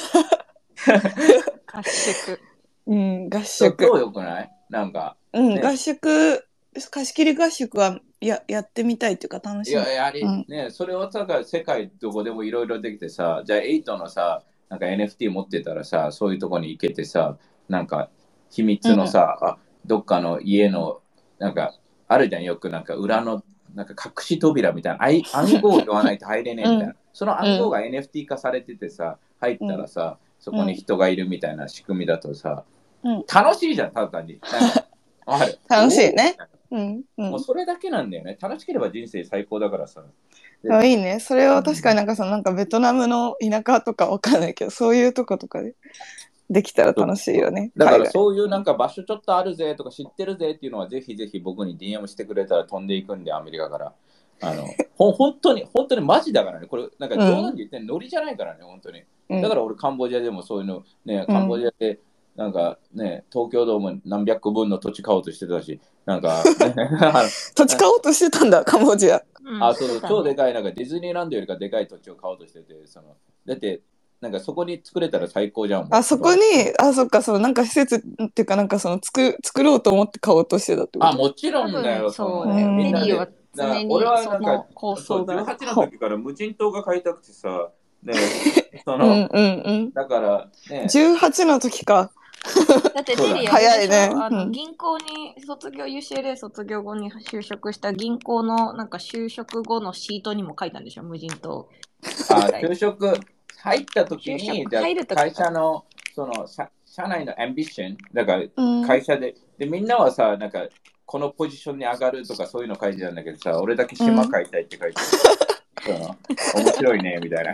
合宿。 うん合そう宿超よくないなんか、ね、 うん合宿貸し切り合宿はややってみたいっていうか楽しみ。 いや、やり、 うんね、それをさ、世界どこでもいろいろできてさ、じゃあエイトのさ、なんか エヌエフティー 持ってたらさ、そういうとこに行けてさ、なんか秘密のさ、あ、どっかの家の、なんか、あるじゃん、よくなんか裏の、なんか隠し扉みたいな、あい暗号を言わないと入れねえみたいな。その暗号が エヌエフティー 化されててさ、入ったらさ、そこに人がいるみたいな仕組みだとさ、 うん楽しいじゃん、ただ単に。なんか、ある楽しいね。 おーうんうんもうそれだけなんだよね。楽しければ人生最高だからさ。であいいね。それは確かになんかそのなんかベトナムの田舎とかわかんないけど、そういうとことかでできたら楽しいよね。 だから海外。 そういうなんか場所ちょっとあるぜとか知ってるぜっていうのはぜひぜひ僕に ディーエム してくれたら飛んでいくんで、アメリカから。あのほ本当に本当にマジだからね。これなんか冗談で言ってんノリじゃないからね、本当に。 うんだから俺カンボジアでもそういうのね、 うんカンボジアでなんかね、東京ドーム何百個分の土地買おうとしてたし、なんか、ね、 土地買おうとしてたんだ、カンボジア。 うんあ、そうそう、 してたね超でかい、なんかディズニーランドよりかでかい土地を買おうとしてて、その、だって、なんかそこに作れたら最高じゃん。もうあそこに、あ、そっか、そのなんか施設っていうかなんかその作作ろうと思って買おうとしてたってこと。 あ、もちろ多んだよ、 分そのそうだよ。 うんテリーはみんなで。だから常に俺はそなんかの、構そう想が。 じゅうはちの時から無人島が買いたくてさ、ね、そうんの、 うんだからうん。 ね、 じゅうはちの時か。 だってそうだテリーあれでしょ早いねあの、 うん銀行に卒業、ユーシーエルエー 卒業後に就職した銀行のなんか就職後のシートにも書いたんでしょ無人島。 あ、就職入った時就に、 職じゃあ入る時か会社の、その、社社内のアンビション、だからうん会社で、で、みんなはさ、なんか、このポジションに上がるとかそういうの書いてたんだけどさ、俺だけ島買いたいって書いてある。その面白いね、みたいな。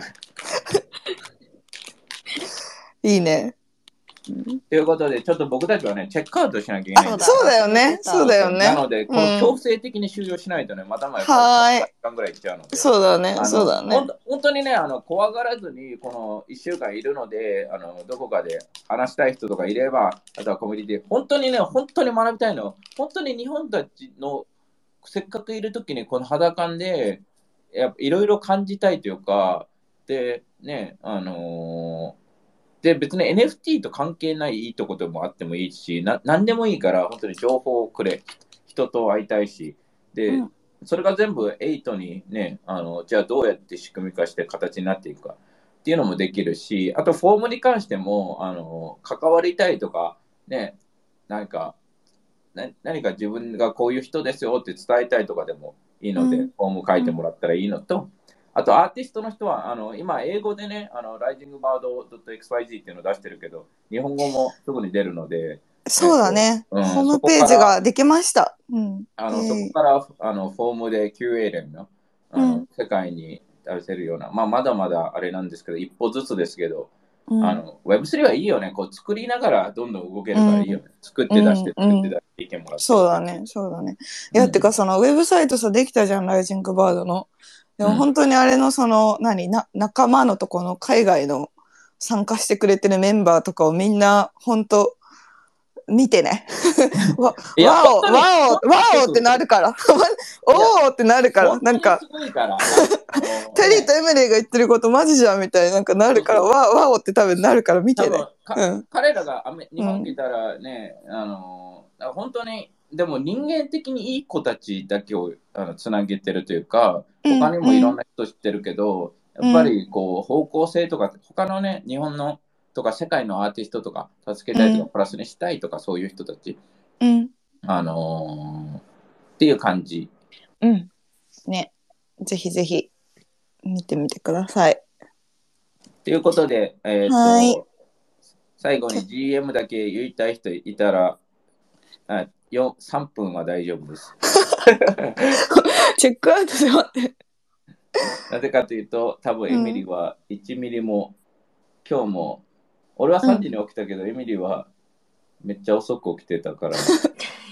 いいね。 ということで、ちょっと僕たちはね、チェックアウトしなきゃいけないんです。 そうだよね。そうだよね。 なので、このうん強制的に終了しないとね、またまだはーいさんじかんぐらいいっちゃうので。 そうだねあ。のそうだねほん。と本当にね、あの怖がらずにこのいっしゅうかんいるので、あのどこかで話したい人とかいれば、あとはコミュニティ、本当にね、本当に学びたいの。本当に日本たちのせっかくいるときにこの肌感でやっぱいろいろ感じたいというか、で、ね、あのーで別に エヌエフティー と関係ないいいとこでもあってもいいし、な何でもいいから本当に情報をくれ。人と会いたいし。で、 うんそれが全部はちにね、あの、じゃあどうやって仕組み化して形になっていくかっていうのもできるし、あとフォームに関しても、あの、関わりたいとか、ね、なんか、な何か自分がこういう人ですよって伝えたいとかでもいいので、 うんフォーム書いてもらったらいいのと、あとアーティストの人は、あの今英語でね、あの ライジングバードドットエックスワイゼット っていうのを出してるけど、日本語もすぐに出るので、 そうだね。 うんホームページができました。うん。 あの、 えーそこからあのフォームで キューエー 連のあの、 うん世界に出せるような、まあ、まだまだあれなんですけど、一歩ずつですけど、 うんあの ウェブスリー はいいよね。こう作りながらどんどん動けるからいいよね。作って出して、 うん作って出して意見もらって。 そうだね、そうだね。いや、 うんてかそのウェブサイトさ、できたじゃん、ライジングバードの。でもうん本当にあれのその、何、な、仲間のとこの海外の参加してくれてるメンバーとかをみんな、本当見てね。わ、 いやわお、 本当にわお、わ本当におってなるから。おおってなるから。なんか、 本当にすごいから。 テリーとエミリーが言ってることマジじゃんみたいになんかなるから、 そうわ、わおって多分なるから見てね多分。かうん彼らがアメ日本にいたらね、あのだから本当にでも人間的にいい子たちだけをあのつなげてるというか、 うん他にもいろんな人知ってるけど、 うんやっぱりこう方向性とか他のね日本のとか世界のアーティストとか助けたいとか、 うんプラスにしたいとかそういう人たち、 うん。 あのーっていう感じ。 うん。ね。ぜひぜひ見てみてください。 ということで、えーとはい最後に ジーエム だけ言いたい人いたら、あよさんぷんは大丈夫です。 チェックアウトで待って。 なぜかというと、多分エミリーはいちミリも、今日も、俺はさんじに起きたけど、エミリーはめっちゃ遅く起きてたから、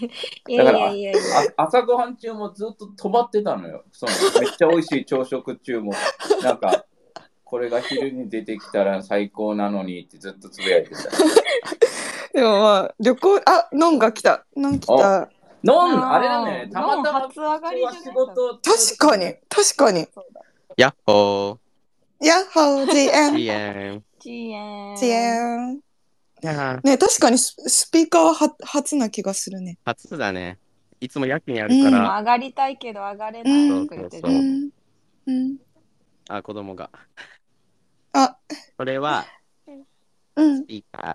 いだからやいやいやいや。 あ朝ごはん中もずっと止まってたのよ。そのめっちゃ美味しい朝食中も。なんか、これが昼に出てきたら最高なのにってずっとつぶやいてた。 でもまあ、旅行、あ、ノンが来た。ノン来た。 ノン、あれだね。たまたまノン初上がりじゃない仕事。 確かに、確かに。 やっほヤッホー、ジーエー。 ム。 いいえん。 ジエン。 ジーエム。 いやーね、確かにススピーカーはは初な気がするね。 初だね。いつも夜勤やるかうんら。 上がりたいけど上がれないとか言ってそうそうた。 うん。うん。 あ、子供が。 あ、 それは、 うんス。ピーカー。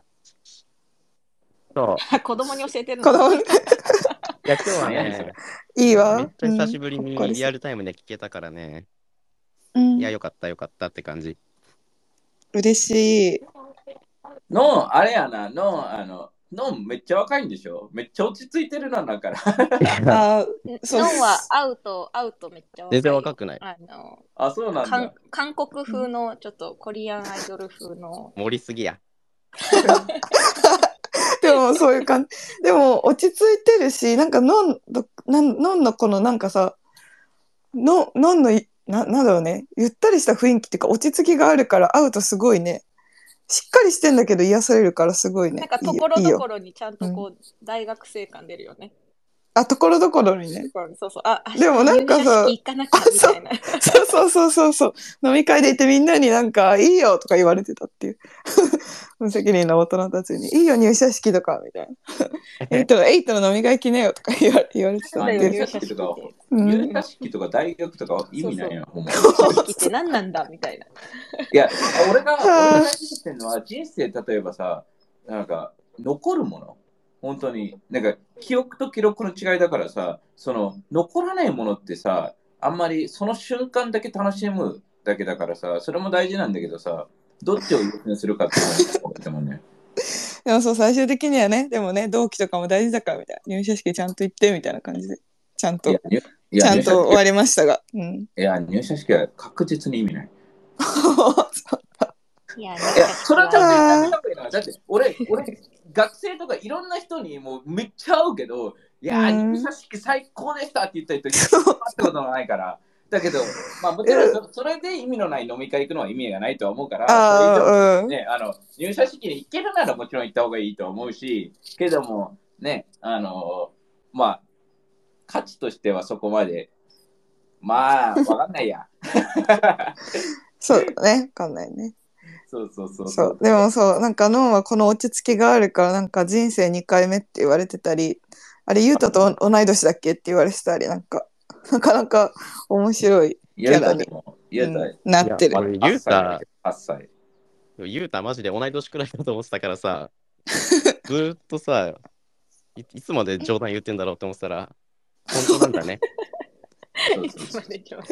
そう。 子供に教えてる子の。 供に。 いや、今日はね、 いいわ。 めっちゃ久しぶりうんほっこりするにリアルタイムで聞けたからね。 うんいや、よかったよかったって感じ。 嬉しい。 ノン、あれやな。ノン、あの、ノンめっちゃ若いんでしょ。めっちゃ落ち着いてるな、だから。 あ、そうノンは会うと、会うとめっちゃ若い。 全然若くない。 あの、 あ、そうなん韓だ。 韓国風の、ちょっとコリアンアイドル風の。 盛りすぎや。 でもそういう感じ。でも落ち着いてるし、なんかノンどなんノンのこのなんかさ、ノノンのいななんだろうね、ゆったりした雰囲気っていうか落ち着きがあるから会うとすごいね、しっかりしてんだけど癒されるからすごいね。 なんかといいいいよころどころにちゃんとこう、大学生感出るよね。 あ、ところどころにね。 そうそう。あ、 でもなんかさ入社式行かなきゃみたいな。 そうそうそうそうそう。飲み会で行ってみんなになんかいいよとか言われてたっていう。無責任な大人たちにいいよ入社式とかみたいな。エイトのエイトの飲み会来ねよとか言われ言われてたそうだよっていう。 入社式とか、 うん入社式とか大学とか意味ないよ、ほんま。 入社式って何なんだみたいな。 いや、俺が、俺が大事にしてるのは、人生、例えばさ、なんか、残るもの。本当に、なんか、記憶と記録の違いだからさ、その、残らないものってさ、あんまりその瞬間だけ楽しむだけだからさ、それも大事なんだけどさ、どっちを優先するかっていうのね。 でもそう、最終的にはね、でもね、同期とかも大事だからみたいな。入社式ちゃんと行ってみたいな感じで。ちゃんと、 いや、入いやちゃん入社式と終わりましたが。うん。 いや、入社式は確実に意味ない。 いや、 いや、それはちゃんと言ってあげた方がいいな。だって、俺、俺、学生とかいろんな人にもうめっちゃ会うけど、いやー、 うん入社式最高でしたって言った人、一度も会ったことがないから。だけど、まあ、もちろんそそれで意味のない飲み会行くのは意味がないとは思うから、それ以上あー、 ね、あの入社式に行けるならもちろん行った方がいいと思うし、けども、ね、あの、まあ、価値としてはそこまで、まあ、わかんないや。 そうだね。わかんないね。 そうそうそうそう。でもそう、なんかノンはこの落ち着きがあるから、なんか人生にかいめって言われてたり、あれ、ユータと同い年だっけって言われてたり、なんか、なかなか面白いキゆうャラにたでも、ゆうた、 うんなってる。 いや俺ゆうた、 はっさい。 ゆうたマジで同い年くらいだと思ってたからさ、ずーっとさ、いいつまで冗談言ってんだろうって思ってたら、本当なんだね。 そうそうそういつまで冗談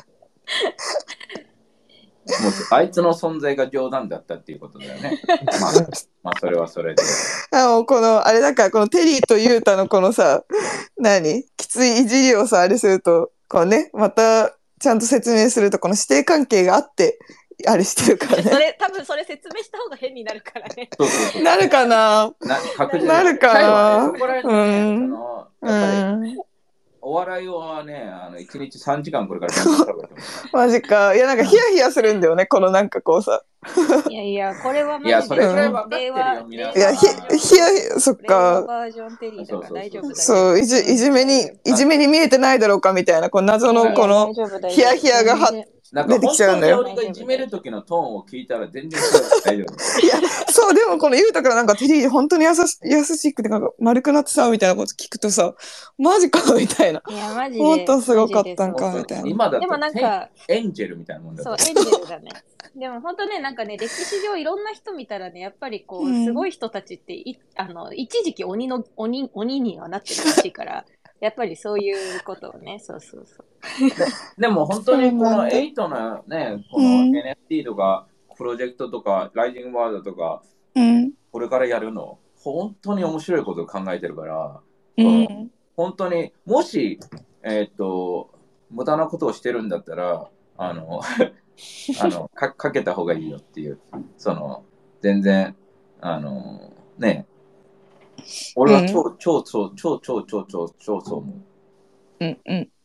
もうあいつの存在が冗談だったっていうことだよね。まあ、まあ、それはそれで。 あの、この、あれだから、このテリーとユータのこのさ、何きついいじりをさ、あれすると、こうね、また、ちゃんと説明すると、この師弟関係があって、あれしてるからね。 それ、多分それ説明した方が変になるからね。 そうそうそう。 なるかなな確実になるかな最後はねそこら辺のね、 うんそのうやっぱりん。 お笑いはね、あのいちにちさんじかんこれから勉強した方がいいと思マジか。いや、なんかヒヤヒヤするんだよね、このなんかこうさ。 いやいや、これはう。いや、 マジでそれぐらい分かってるよ、 令和皆いや、ひさん。 ヒヤヒヤ、そっ令和か。 バージョンテリーだから大丈夫だよ。 そう、いじ、いじめに、いじめに見えてないだろうかみたいな、この謎のこの、ヒヤヒヤがはなんか出てきちゃうんだよ本当に俺がいじめる時のトーンを聞いたら全然違う大丈夫。 いや、そう、でもこのゆうたからなんかテリー本当に優し優しくて、なんか丸くなってさ、みたいなこと聞くとさ、マジかみたいな。 いや、マジで。 もっとすごかったんかマジでみたいな。 今だでもなんとか、 エンジェルみたいなもんだそう、 とエンジェルだね。でも本当ね、なんかね、歴史上いろんな人見たらね、やっぱりこう、 うんすごい人たちってい、あの、一時期鬼の、鬼、鬼にはなってるらしいから、やっぱりそういうことをね、そうそうそう。 でも本当にこのそうなんだエイトのね、このうんエヌエフティー とか、プロジェクトとか、ライジングワールドとか、 うん。 これからやるの、本当に面白いことを考えてるから、 うん。 本当にもし、えーっと、無駄なことをしてるんだったら、あの、あのかかけた方がいいよっていう、その、全然、あの、ね、 俺は超、超、超、超、超、超、超、超、そう思う。 うんうん。 うん。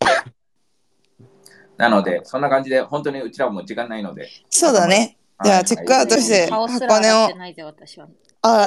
なので、そんな感じで、本当にうちらも時間ないので。 そうだね。じゃあ、チェックアウトして、 顔すら箱根を。 洗ってないぜ、私は。 あ、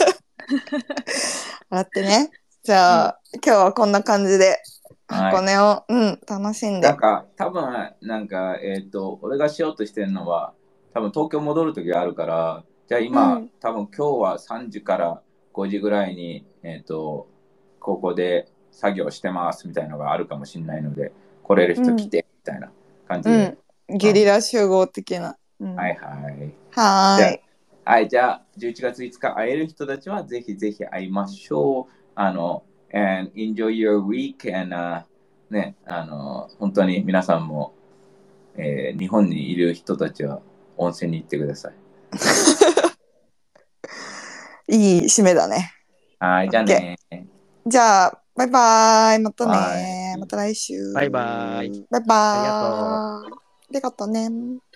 洗ってね。じゃあ、うん、今日はこんな感じで、箱根を、はい、うん、楽しんで。 なんか、多分、なんか、えっ、ー、と、俺がしようとしてるのは、多分東京戻るときがあるから、じゃあ今、うん、多分今日はさんじからごじぐらいに、えっ、ー、と、ここで作業してますみたいなのがあるかもしれないので、来れる人来て、みたいな感じで。 うん、ゲリラ集合的な。 うん、はいはい。 はい。 はい、じゃあ、じゅういちがついつか会える人たちは、ぜひぜひ会いましょう。あの、and enjoy your week and、uh, ね、あの、本当に皆さんも、えー、日本にいる人たちは温泉に行ってください。いい締めだね。 はい、じゃあね。 じゃあ、バイバイ。またね。また来週。 バイバイ。 バイバイ。 ありがとう。 ありがとうね。